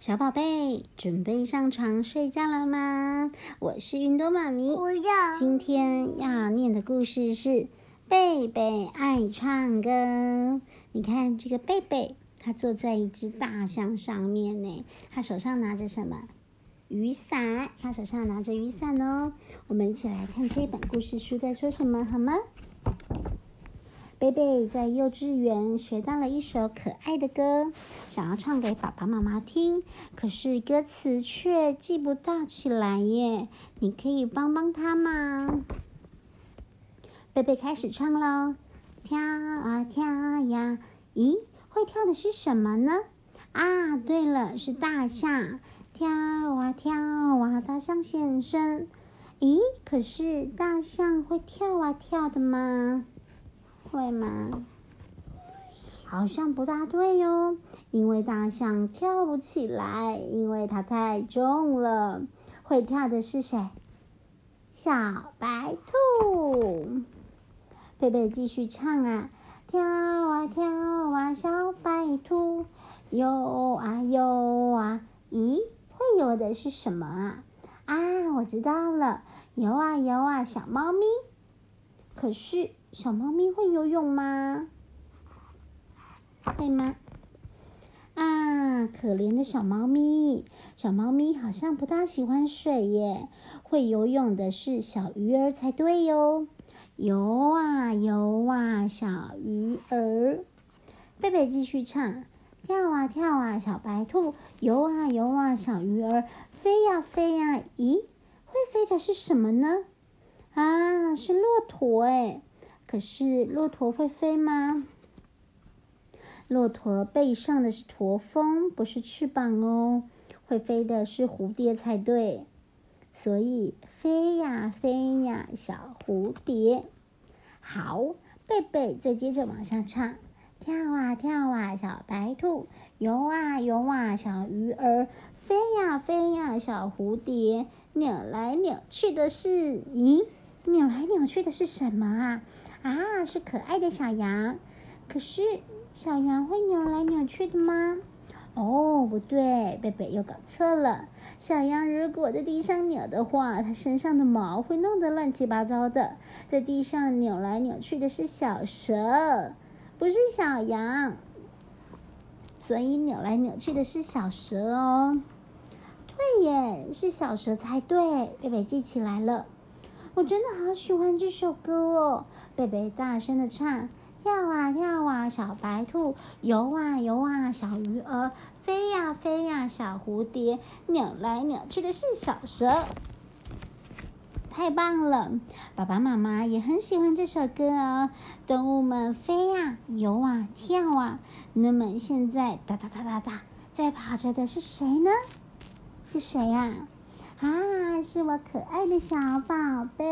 小宝贝，准备上床睡觉了吗？我是云朵妈咪。 我要。 今天要念的故事是贝贝爱唱歌。你看这个贝贝，他坐在一只大象上面呢，他手上拿着什么？雨伞。他手上拿着雨伞哦。我们一起来看这本故事书在说什么好吗？贝贝在幼稚园学到了一首可爱的歌，想要唱给爸爸妈妈听，可是歌词却记不大起来耶。你可以帮帮他吗？贝贝开始唱咯，跳啊跳呀，咦，会跳的是什么呢？啊，对了，是大象。跳啊跳啊，大象现身。咦，可是大象会跳啊跳的吗？会吗？好像不大对哟，因为大象跳不起来，因为它太重了。会跳的是谁？小白兔。贝贝继续唱啊，跳啊跳啊，小白兔，游啊游啊，咦，会游的是什么啊？啊，我知道了，游啊游啊，小猫咪。可是小猫咪会游泳吗？会吗？啊，可怜的小猫咪，小猫咪好像不大喜欢水耶。会游泳的是小鱼儿才对哟。游啊游啊，小鱼儿。贝贝继续唱，跳啊跳啊，小白兔，游啊游啊，小鱼儿，飞呀飞呀，咦，会飞的是什么呢？啊，是骆驼哎，可是骆驼会飞吗？骆驼背上的是驼峰，不是翅膀哦，会飞的是蝴蝶才对。所以飞呀飞呀，小蝴蝶。好，贝贝再接着往下唱，跳啊跳啊，小白兔，游啊游啊，小鱼儿，飞呀飞呀，小蝴蝶，扭来扭去的是，咦？扭来扭去的是什么啊？啊，是可爱的小羊。可是小羊会扭来扭去的吗？哦，不对，贝贝又搞错了。小羊如果在地上扭的话，它身上的毛会弄得乱七八糟的。在地上扭来扭去的是小蛇，不是小羊。所以扭来扭去的是小蛇哦。对耶，是小蛇才对。贝贝记起来了。我真的好喜欢这首歌哦！贝贝大声的唱，跳啊跳啊，小白兔，游啊游啊，小鱼儿，飞呀飞呀，小蝴蝶，扭来扭去的是小蛇。太棒了！爸爸妈妈也很喜欢这首歌哦。动物们飞呀游啊跳啊，那么现在哒哒哒哒哒，在跑着的是谁呢？是谁呀？啊，是我可爱的小宝贝。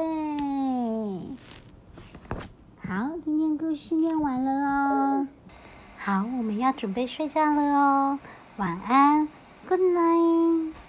好，今天故事念完了哦。好，我们要准备睡觉了哦。晚安 ，Good night。